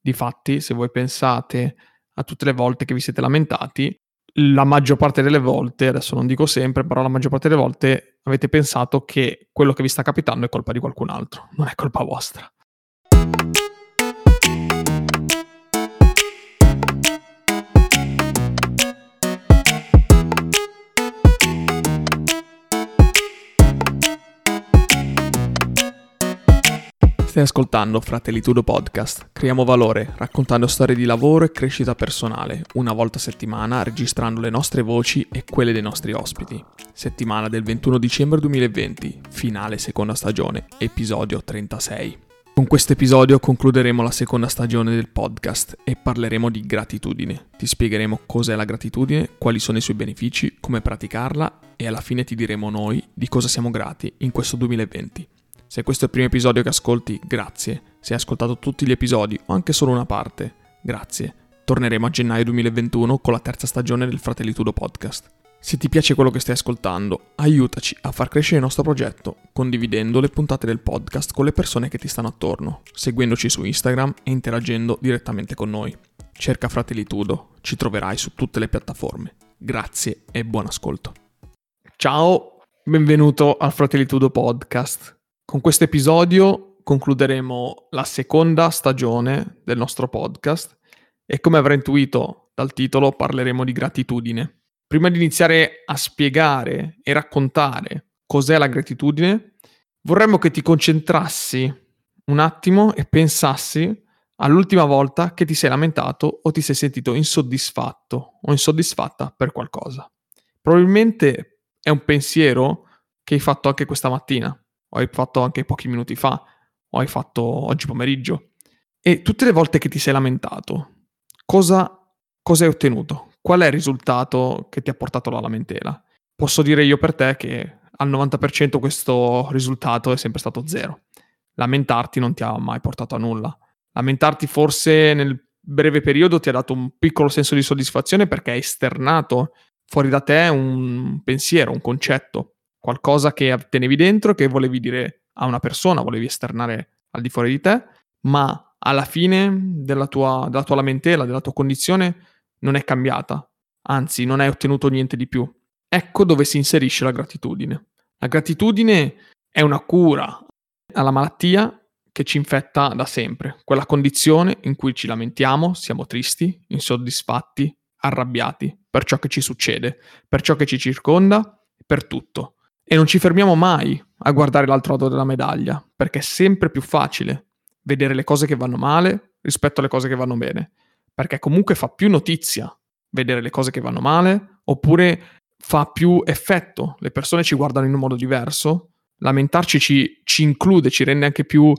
Difatti, se voi pensate a tutte le volte che vi siete lamentati, la maggior parte delle volte, adesso non dico sempre, però la maggior parte delle volte avete pensato che quello che vi sta capitando è colpa di qualcun altro, non è colpa vostra. Stai ascoltando Fratellitudo Podcast. Creiamo valore, raccontando storie di lavoro e crescita personale, una volta a settimana registrando le nostre voci e quelle dei nostri ospiti. Settimana del 21 dicembre 2020, finale seconda stagione, episodio 36. Con questo episodio concluderemo la seconda stagione del podcast e parleremo di gratitudine. Ti spiegheremo cos'è la gratitudine, quali sono i suoi benefici, come praticarla e alla fine ti diremo noi di cosa siamo grati in questo 2020. Se questo è il primo episodio che ascolti, grazie. Se hai ascoltato tutti gli episodi o anche solo una parte, grazie. Torneremo a gennaio 2021 con la terza stagione del Fratellitudo Podcast. Se ti piace quello che stai ascoltando, aiutaci a far crescere il nostro progetto, condividendo le puntate del podcast con le persone che ti stanno attorno, seguendoci su Instagram e interagendo direttamente con noi. Cerca Fratellitudo, ci troverai su tutte le piattaforme. Grazie e buon ascolto. Ciao, benvenuto al Fratellitudo Podcast. Con questo episodio concluderemo la seconda stagione del nostro podcast e, come avrai intuito dal titolo, parleremo di gratitudine. Prima di iniziare a spiegare e raccontare cos'è la gratitudine, vorremmo che ti concentrassi un attimo e pensassi all'ultima volta che ti sei lamentato o ti sei sentito insoddisfatto o insoddisfatta per qualcosa. Probabilmente è un pensiero che hai fatto anche questa mattina, o hai fatto anche pochi minuti fa, o hai fatto oggi pomeriggio. E tutte le volte che ti sei lamentato, cosa hai ottenuto? Qual è il risultato che ti ha portato alla lamentela? Posso dire io per te che al 90% questo risultato è sempre stato 0. Lamentarti non ti ha mai portato a nulla. Lamentarti forse nel breve periodo ti ha dato un piccolo senso di soddisfazione perché hai esternato fuori da te un pensiero, un concetto, qualcosa che tenevi dentro, che volevi dire a una persona, volevi esternare al di fuori di te, ma alla fine della tua lamentela, della tua condizione, non è cambiata, anzi non hai ottenuto niente di più. Ecco dove si inserisce la gratitudine. La gratitudine è una cura alla malattia che ci infetta da sempre, quella condizione in cui ci lamentiamo, siamo tristi, insoddisfatti, arrabbiati per ciò che ci succede, per ciò che ci circonda, per tutto. E non ci fermiamo mai a guardare l'altro lato della medaglia, perché è sempre più facile vedere le cose che vanno male rispetto alle cose che vanno bene, perché comunque fa più notizia vedere le cose che vanno male, oppure fa più effetto, le persone ci guardano in un modo diverso, lamentarci ci include, ci rende anche più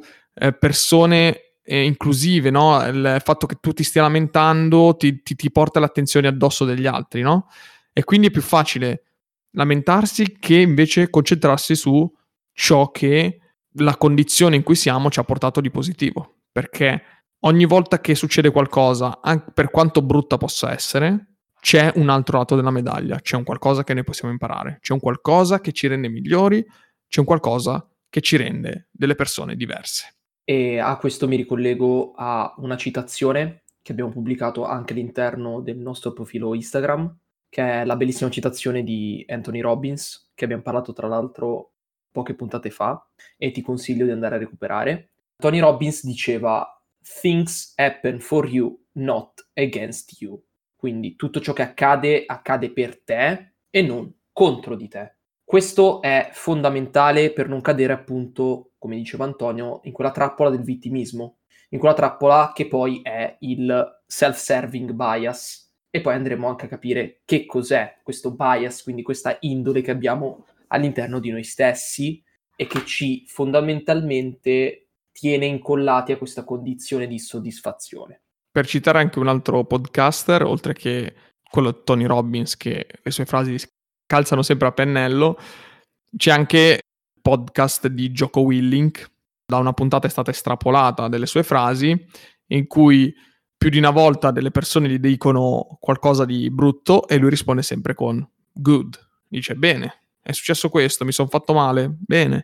persone inclusive, no? Il fatto che tu ti stia lamentando ti porta l'attenzione addosso degli altri, no? E quindi è più facile lamentarsi che invece concentrarsi su ciò che la condizione in cui siamo ci ha portato di positivo, perché ogni volta che succede qualcosa, anche per quanto brutta possa essere, c'è un altro lato della medaglia, c'è un qualcosa che noi possiamo imparare, c'è un qualcosa che ci rende migliori, c'è un qualcosa che ci rende delle persone diverse. E a questo mi ricollego a una citazione che abbiamo pubblicato anche all'interno del nostro profilo Instagram, che è la bellissima citazione di Anthony Robbins, che abbiamo parlato tra l'altro poche puntate fa, e ti consiglio di andare a recuperare. Tony Robbins diceva "Things happen for you, not against you". Quindi tutto ciò che accade per te e non contro di te. Questo è fondamentale per non cadere, appunto, come diceva Antonio, in quella trappola del vittimismo, in quella trappola che poi è il self-serving bias. E poi andremo anche a capire che cos'è questo bias, quindi questa indole che abbiamo all'interno di noi stessi e che ci fondamentalmente tiene incollati a questa condizione di soddisfazione. Per citare anche un altro podcaster, oltre che quello di Tony Robbins, che le sue frasi calzano sempre a pennello, c'è anche il podcast di Jocko Willink. Da una puntata è stata estrapolata delle sue frasi, in cui più di una volta delle persone gli dicono qualcosa di brutto e lui risponde sempre con good. Dice: bene, è successo questo, mi sono fatto male, bene,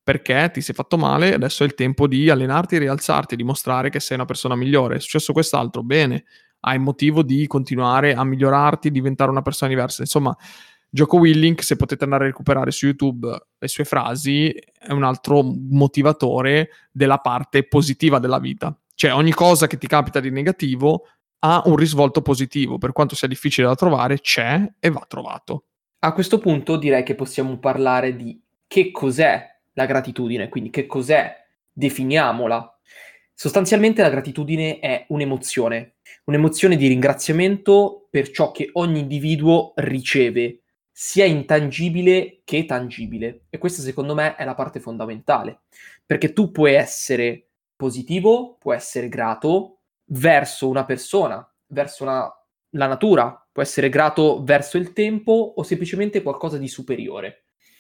perché ti sei fatto male, adesso è il tempo di allenarti, rialzarti, dimostrare che sei una persona migliore. È successo quest'altro, bene, hai motivo di continuare a migliorarti, diventare una persona diversa. Insomma, Jocko Willink, se potete andare a recuperare su YouTube le sue frasi, è un altro motivatore della parte positiva della vita. Cioè, ogni cosa che ti capita di negativo ha un risvolto positivo, per quanto sia difficile da trovare, c'è e va trovato. A questo punto direi che possiamo parlare di che cos'è la gratitudine, quindi che cos'è, definiamola. Sostanzialmente la gratitudine è un'emozione di ringraziamento per ciò che ogni individuo riceve, sia intangibile che tangibile. E questa secondo me è la parte fondamentale, perché tu puoi essere positivo, puoi essere grato verso una persona, verso la natura, può essere grato verso il tempo o semplicemente qualcosa di superiore.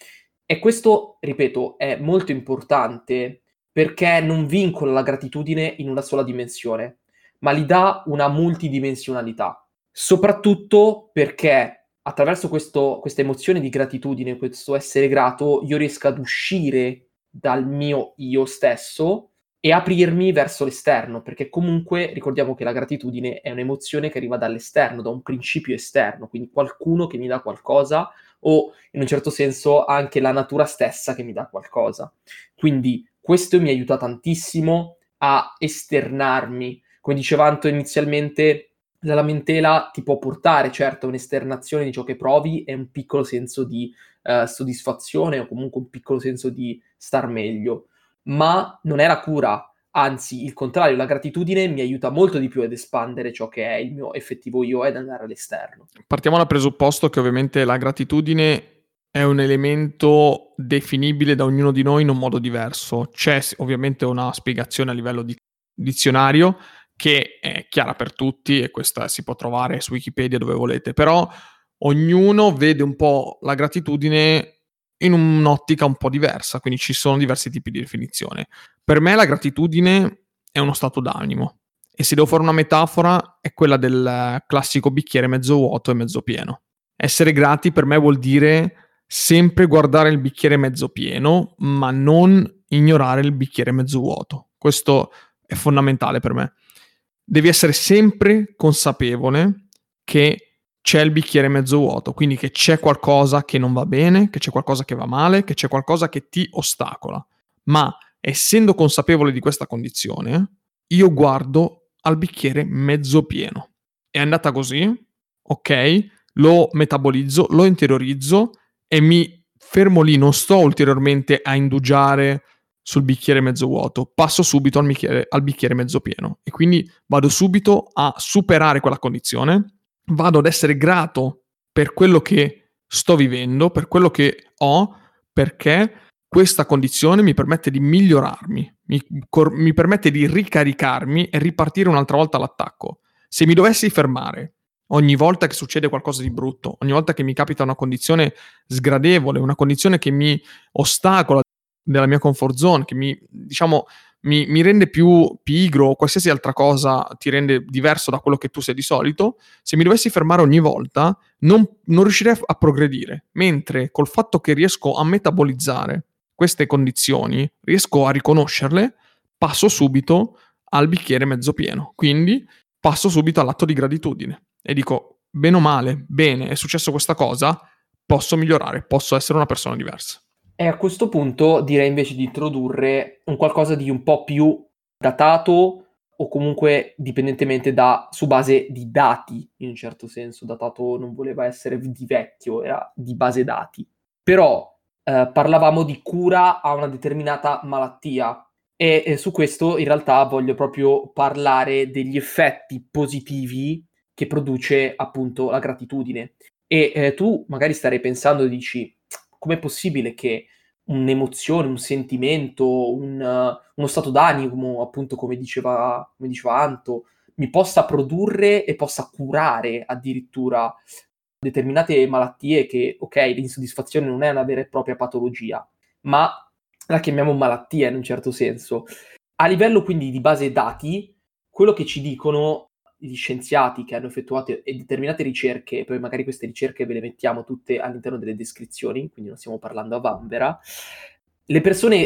E questo, ripeto, è molto importante perché non vincola la gratitudine in una sola dimensione, ma gli dà una multidimensionalità. Soprattutto perché attraverso questa emozione di gratitudine, questo essere grato, io riesco ad uscire dal mio io stesso e aprirmi verso l'esterno, perché comunque ricordiamo che la gratitudine è un'emozione che arriva dall'esterno, da un principio esterno, quindi qualcuno che mi dà qualcosa o in un certo senso anche la natura stessa che mi dà qualcosa. Quindi questo mi aiuta tantissimo a esternarmi. Come diceva Anto inizialmente, la lamentela ti può portare certo a un'esternazione di ciò che provi e un piccolo senso di soddisfazione o comunque un piccolo senso di star meglio, ma non è la cura, anzi il contrario, la gratitudine mi aiuta molto di più ad espandere ciò che è il mio effettivo io ed andare all'esterno. Partiamo dal presupposto che ovviamente la gratitudine è un elemento definibile da ognuno di noi in un modo diverso. C'è ovviamente una spiegazione a livello di dizionario che è chiara per tutti e questa si può trovare su Wikipedia dove volete, però ognuno vede un po' la gratitudine in un'ottica un po' diversa, quindi ci sono diversi tipi di definizione. Per me la gratitudine è uno stato d'animo e se devo fare una metafora è quella del classico bicchiere mezzo vuoto e mezzo pieno. Essere grati per me vuol dire sempre guardare il bicchiere mezzo pieno, ma non ignorare il bicchiere mezzo vuoto. Questo è fondamentale per me. Devi essere sempre consapevole che c'è il bicchiere mezzo vuoto, quindi che c'è qualcosa che non va bene, che c'è qualcosa che va male, che c'è qualcosa che ti ostacola. Ma essendo consapevole di questa condizione, io guardo al bicchiere mezzo pieno. È andata così, ok, lo metabolizzo, lo interiorizzo e mi fermo lì, non sto ulteriormente a indugiare sul bicchiere mezzo vuoto, passo subito al bicchiere mezzo pieno e quindi vado subito a superare quella condizione, vado ad essere grato per quello che sto vivendo, per quello che ho, perché questa condizione mi permette di migliorarmi, mi permette di ricaricarmi e ripartire un'altra volta all'attacco. Se mi dovessi fermare ogni volta che succede qualcosa di brutto, ogni volta che mi capita una condizione sgradevole, una condizione che mi ostacola nella mia comfort zone, che mi rende più pigro o qualsiasi altra cosa ti rende diverso da quello che tu sei di solito, se mi dovessi fermare ogni volta non riuscirei a progredire, mentre col fatto che riesco a metabolizzare queste condizioni, riesco a riconoscerle, passo subito al bicchiere mezzo pieno, quindi passo subito all'atto di gratitudine e dico, bene o male, bene, è successo questa cosa, posso migliorare, posso essere una persona diversa. E a questo punto direi invece di introdurre un qualcosa di un po' più datato o comunque dipendentemente su base di dati, in un certo senso. Datato non voleva essere di vecchio, era di base dati. Però parlavamo di cura a una determinata malattia e su questo in realtà voglio proprio parlare degli effetti positivi che produce appunto la gratitudine. E tu magari starei pensando e dici, com'è possibile che un'emozione, un sentimento, uno stato d'animo, appunto come diceva Anto, mi possa produrre e possa curare addirittura determinate malattie che, ok, l'insoddisfazione non è una vera e propria patologia, ma la chiamiamo malattia in un certo senso. A livello quindi di base dati, quello che ci dicono gli scienziati che hanno effettuato determinate ricerche, poi magari queste ricerche ve le mettiamo tutte all'interno delle descrizioni, quindi non stiamo parlando a vanvera, le persone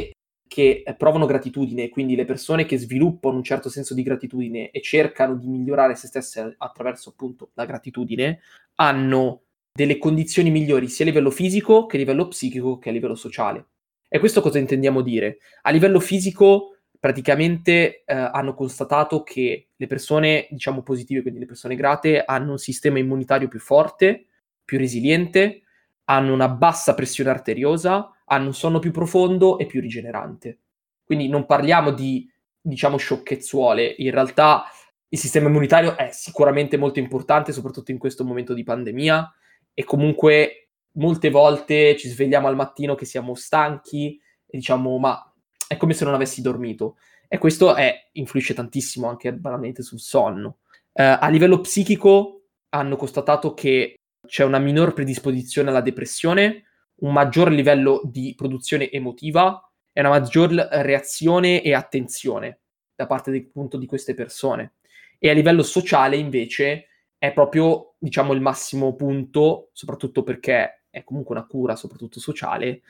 che provano gratitudine, quindi le persone che sviluppano un certo senso di gratitudine e cercano di migliorare se stesse attraverso appunto la gratitudine, hanno delle condizioni migliori sia a livello fisico che a livello psichico che a livello sociale. E questo cosa intendiamo dire? A livello fisico praticamente hanno constatato che le persone, diciamo, positive, quindi le persone grate, hanno un sistema immunitario più forte, più resiliente, hanno una bassa pressione arteriosa, hanno un sonno più profondo e più rigenerante. Quindi non parliamo di, diciamo, sciocchezzuole. In realtà il sistema immunitario è sicuramente molto importante, soprattutto in questo momento di pandemia, e comunque molte volte ci svegliamo al mattino che siamo stanchi e diciamo ma è come se non avessi dormito, e questo influisce tantissimo anche banalmente sul sonno. A livello psichico hanno constatato che c'è una minor predisposizione alla depressione, un maggior livello di produzione emotiva e una maggior reazione e attenzione da parte appunto di queste persone. E a livello sociale invece è proprio, diciamo, il massimo punto, soprattutto perché è comunque una cura, soprattutto sociale,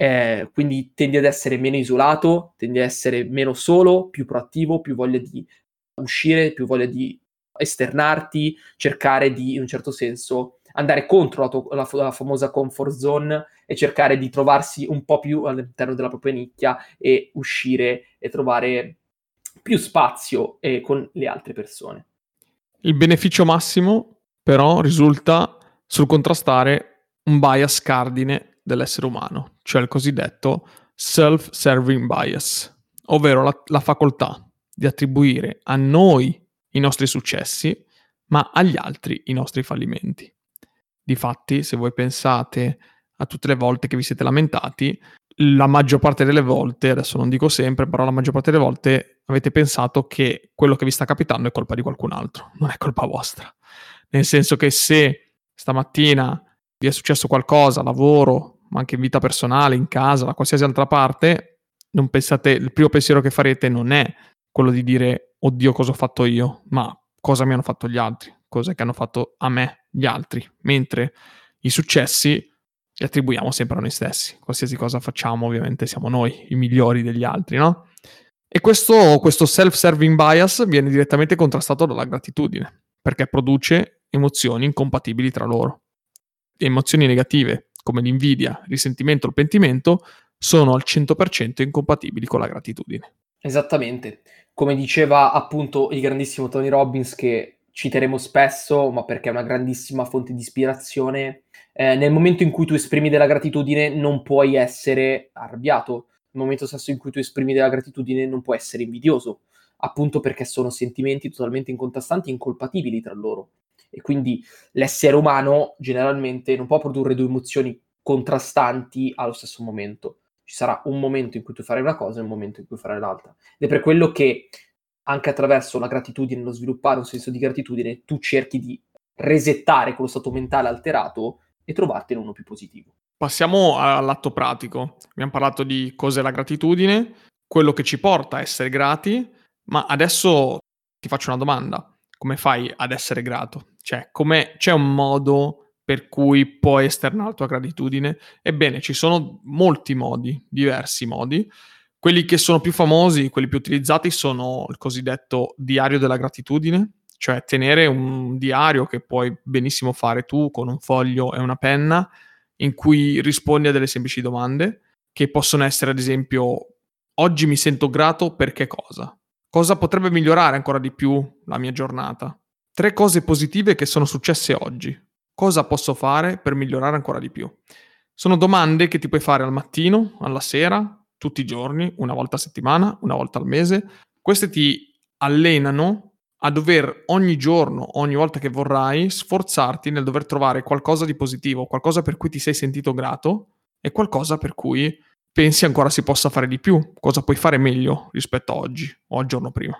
quindi tendi ad essere meno isolato, tendi ad essere meno solo, più proattivo, più voglia di uscire, più voglia di esternarti, cercare di, in un certo senso, andare contro la famosa comfort zone e cercare di trovarsi un po' più all'interno della propria nicchia e uscire e trovare più spazio con le altre persone. Il beneficio massimo, però, risulta sul contrastare un bias cardine dell'essere umano, cioè il cosiddetto self-serving bias, ovvero la facoltà di attribuire a noi i nostri successi, ma agli altri i nostri fallimenti. Difatti, se voi pensate a tutte le volte che vi siete lamentati, la maggior parte delle volte, adesso non dico sempre, però la maggior parte delle volte avete pensato che quello che vi sta capitando è colpa di qualcun altro, non è colpa vostra. Nel senso che se stamattina vi è successo qualcosa, lavoro, ma anche in vita personale, in casa, da qualsiasi altra parte, non pensate, il primo pensiero che farete non è quello di dire oddio cosa ho fatto io, ma cosa mi hanno fatto gli altri, cosa che hanno fatto a me gli altri, mentre i successi li attribuiamo sempre a noi stessi. Qualsiasi cosa facciamo, ovviamente, siamo noi i migliori degli altri, no? E questo self-serving bias viene direttamente contrastato dalla gratitudine, perché produce emozioni incompatibili tra loro. Le emozioni negative, come l'invidia, il risentimento o il pentimento, sono al 100% incompatibili con la gratitudine. Esattamente. Come diceva appunto il grandissimo Tony Robbins, che citeremo spesso, ma perché è una grandissima fonte di ispirazione, nel momento in cui tu esprimi della gratitudine non puoi essere arrabbiato, nel momento stesso in cui tu esprimi della gratitudine non puoi essere invidioso, appunto perché sono sentimenti totalmente incontrastanti e incompatibili tra loro. E quindi l'essere umano generalmente non può produrre due emozioni contrastanti allo stesso momento. Ci sarà un momento in cui tu farai una cosa e un momento in cui farai l'altra. Ed è per quello che anche attraverso la gratitudine, lo sviluppare un senso di gratitudine, tu cerchi di resettare quello stato mentale alterato e trovartene uno più positivo. Passiamo all'atto pratico. Abbiamo parlato di cos'è la gratitudine, quello che ci porta a essere grati, ma adesso ti faccio una domanda. Come fai ad essere grato? Cioè, c'è un modo per cui puoi esternare la tua gratitudine? Ebbene, ci sono molti modi, diversi modi. Quelli che sono più famosi, quelli più utilizzati sono il cosiddetto diario della gratitudine, cioè tenere un diario che puoi benissimo fare tu con un foglio e una penna, in cui rispondi a delle semplici domande, che possono essere ad esempio: oggi mi sento grato per che cosa? Cosa potrebbe migliorare ancora di più la mia giornata? 3 cose positive che sono successe oggi. Cosa posso fare per migliorare ancora di più? Sono domande che ti puoi fare al mattino, alla sera, tutti i giorni, una volta a settimana, una volta al mese. Queste ti allenano a dover ogni giorno, ogni volta che vorrai, sforzarti nel dover trovare qualcosa di positivo, qualcosa per cui ti sei sentito grato e qualcosa per cui pensi ancora si possa fare di più, cosa puoi fare meglio rispetto a oggi o al giorno prima.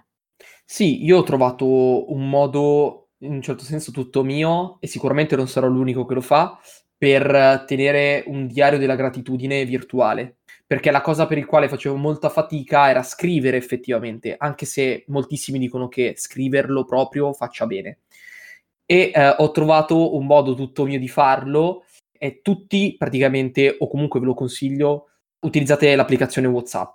Sì, io ho trovato un modo, in un certo senso tutto mio, e sicuramente non sarò l'unico che lo fa, per tenere un diario della gratitudine virtuale. Perché la cosa per il quale facevo molta fatica era scrivere effettivamente, anche se moltissimi dicono che scriverlo proprio faccia bene. E ho trovato un modo tutto mio di farlo, e tutti praticamente, o comunque ve lo consiglio, utilizzate l'applicazione WhatsApp.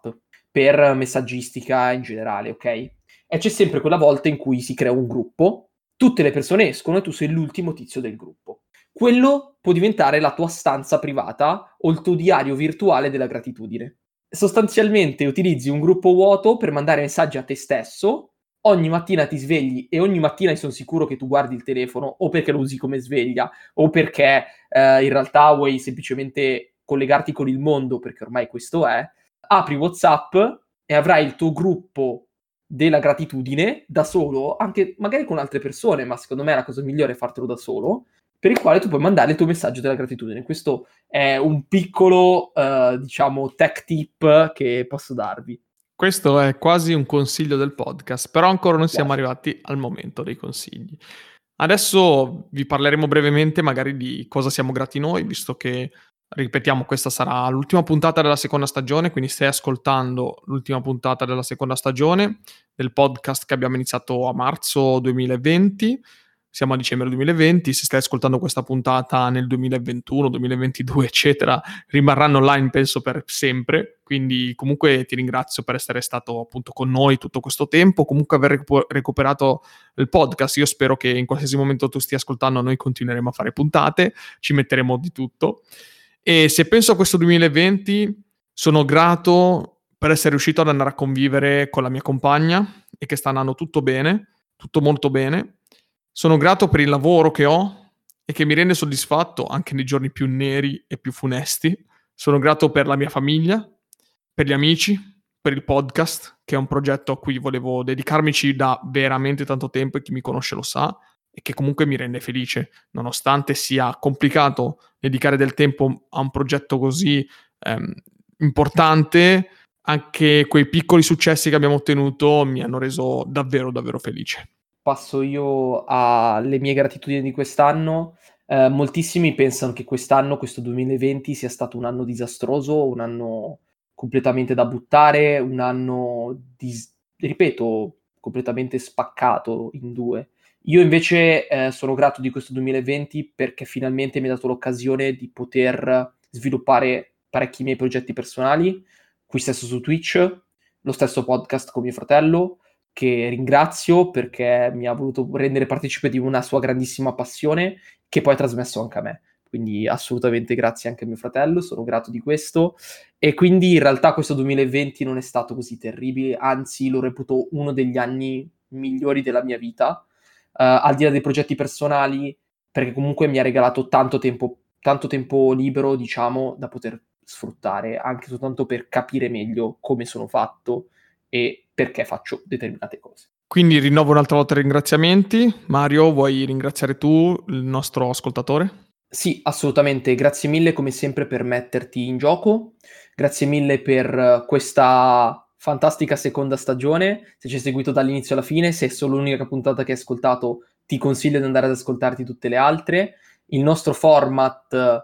per messaggistica in generale, ok? E c'è sempre quella volta in cui si crea un gruppo, tutte le persone escono e tu sei l'ultimo tizio del gruppo. Quello può diventare la tua stanza privata o il tuo diario virtuale della gratitudine. Sostanzialmente utilizzi un gruppo vuoto per mandare messaggi a te stesso, ogni mattina ti svegli e ogni mattina sono sicuro che tu guardi il telefono o perché lo usi come sveglia o perché in realtà vuoi semplicemente collegarti con il mondo, perché ormai questo è, apri WhatsApp e avrai il tuo gruppo della gratitudine da solo, anche magari con altre persone, ma secondo me la cosa migliore è fartelo da solo, per il quale tu puoi mandare il tuo messaggio della gratitudine. Questo è un piccolo, diciamo, tech tip che posso darvi. Questo è quasi un consiglio del podcast, però ancora non siamo Piace. arrivati al momento dei consigli. Adesso vi parleremo brevemente magari di cosa siamo grati noi, visto che, ripetiamo, questa sarà l'ultima puntata della seconda stagione, quindi stai ascoltando l'ultima puntata della seconda stagione del podcast che abbiamo iniziato a marzo 2020. Siamo a dicembre 2020, se stai ascoltando questa puntata nel 2021, 2022, eccetera, rimarranno online penso per sempre, quindi comunque ti ringrazio per essere stato appunto con noi tutto questo tempo, comunque aver recuperato il podcast. Io spero che in qualsiasi momento tu stia ascoltando noi continueremo a fare puntate, ci metteremo di tutto. E se penso a questo 2020 sono grato per essere riuscito ad andare a convivere con la mia compagna e che sta andando tutto bene, tutto molto bene. Sono grato per il lavoro che ho e che mi rende soddisfatto anche nei giorni più neri e più funesti. Sono grato per la mia famiglia, per gli amici, per il podcast, che è un progetto a cui volevo dedicarmici da veramente tanto tempo e chi mi conosce lo sa, e che comunque mi rende felice, nonostante sia complicato dedicare del tempo a un progetto così importante. Anche quei piccoli successi che abbiamo ottenuto mi hanno reso davvero, davvero felice. Passo io alle mie gratitudini di quest'anno. Moltissimi pensano che quest'anno, questo 2020, sia stato un anno disastroso, un anno completamente da buttare, un anno, ripeto, completamente spaccato in due. Io invece sono grato di questo 2020 perché finalmente mi ha dato l'occasione di poter sviluppare parecchi miei progetti personali, qui stesso su Twitch, lo stesso podcast con mio fratello, che ringrazio perché mi ha voluto rendere partecipe di una sua grandissima passione che poi ha trasmesso anche a me. Quindi assolutamente grazie anche a mio fratello, sono grato di questo. E quindi in realtà questo 2020 non è stato così terribile, anzi lo reputo uno degli anni migliori della mia vita, al di là dei progetti personali, perché comunque mi ha regalato tanto tempo libero, diciamo, da poter sfruttare, anche soltanto per capire meglio come sono fatto e perché faccio determinate cose. Quindi rinnovo un'altra volta i ringraziamenti. Mario, vuoi ringraziare tu il nostro ascoltatore? Sì, assolutamente. Grazie mille come sempre per metterti in gioco. Grazie mille per questa fantastica seconda stagione. Se ci hai seguito dall'inizio alla fine, se è solo l'unica puntata che hai ascoltato, ti consiglio di andare ad ascoltarti tutte le altre. Il nostro format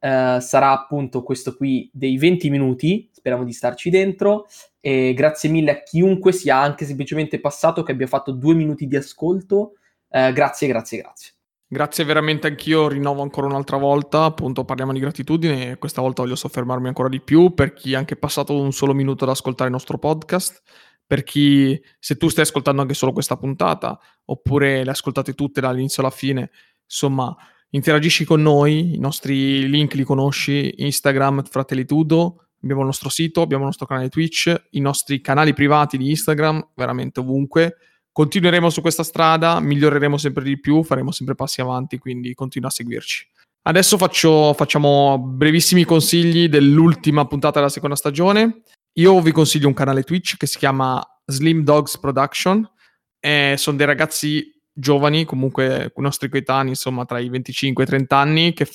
sarà appunto questo qui dei 20 minuti. Speriamo di starci dentro. E grazie mille a chiunque sia anche semplicemente passato, che abbia fatto 2 minuti di ascolto. Grazie, grazie, grazie. Grazie veramente anch'io, rinnovo ancora un'altra volta, appunto parliamo di gratitudine e questa volta voglio soffermarmi ancora di più per chi ha anche passato un solo minuto ad ascoltare il nostro podcast, per chi, se tu stai ascoltando anche solo questa puntata, oppure le ascoltate tutte dall'inizio alla fine, insomma, interagisci con noi, i nostri link li conosci, Instagram, Fratellitudo, abbiamo il nostro sito, abbiamo il nostro canale Twitch, i nostri canali privati di Instagram, veramente ovunque. Continueremo su questa strada, miglioreremo sempre di più, faremo sempre passi avanti, quindi continua a seguirci. Adesso facciamo brevissimi consigli dell'ultima puntata della seconda stagione. Io vi consiglio un canale Twitch che si chiama Slim Dogs Production. Sono dei ragazzi giovani, comunque i nostri coetanei, insomma, tra i 25 e i 30 anni, che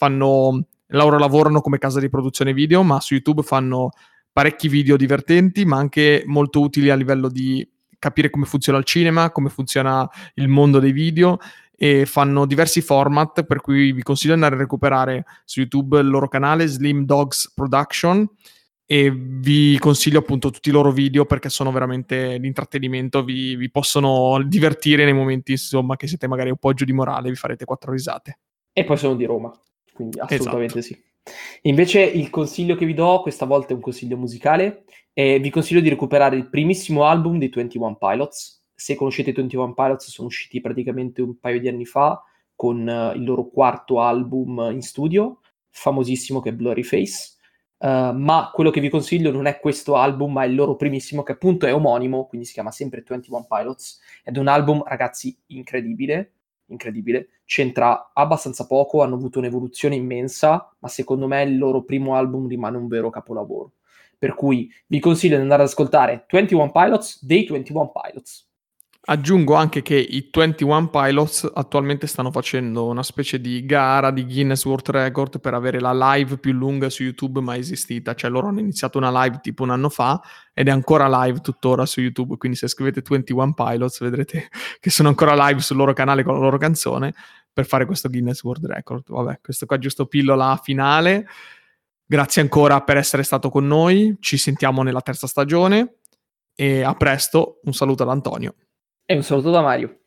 loro lavorano come casa di produzione video, ma su YouTube fanno parecchi video divertenti, ma anche molto utili a livello di capire come funziona il cinema, come funziona il mondo dei video, e fanno diversi format, per cui vi consiglio di andare a recuperare su YouTube il loro canale Slim Dogs Production e vi consiglio appunto tutti i loro video perché sono veramente l'intrattenimento, vi possono divertire nei momenti insomma che siete magari un po' giù di morale, vi farete 4 risate. E poi sono di Roma, quindi assolutamente Esatto. sì. Invece il consiglio che vi do questa volta è un consiglio musicale. E vi consiglio di recuperare il primissimo album dei 21 Pilots. Se conoscete i 21 Pilots, sono usciti praticamente un paio di anni fa con il loro quarto album in studio, famosissimo, che è Blurry Face. Ma quello che vi consiglio non è questo album, ma il loro primissimo, che appunto è omonimo, quindi si chiama sempre 21 Pilots, ed è un album, ragazzi, incredibile, c'entra abbastanza poco, hanno avuto un'evoluzione immensa, ma secondo me il loro primo album rimane un vero capolavoro. Per cui vi consiglio di andare ad ascoltare 21 Pilots dei 21 Pilots. Aggiungo anche che i 21 Pilots attualmente stanno facendo una specie di gara di Guinness World Record per avere la live più lunga su YouTube mai esistita. Cioè loro hanno iniziato una live tipo un anno fa ed è ancora live tuttora su YouTube, quindi se scrivete 21 Pilots vedrete che sono ancora live sul loro canale con la loro canzone per fare questo Guinness World Record. Vabbè, questo qua è giusto pillola finale. Grazie ancora per essere stato con noi, ci sentiamo nella terza stagione e a presto, un saluto ad Antonio. E un saluto da Mario.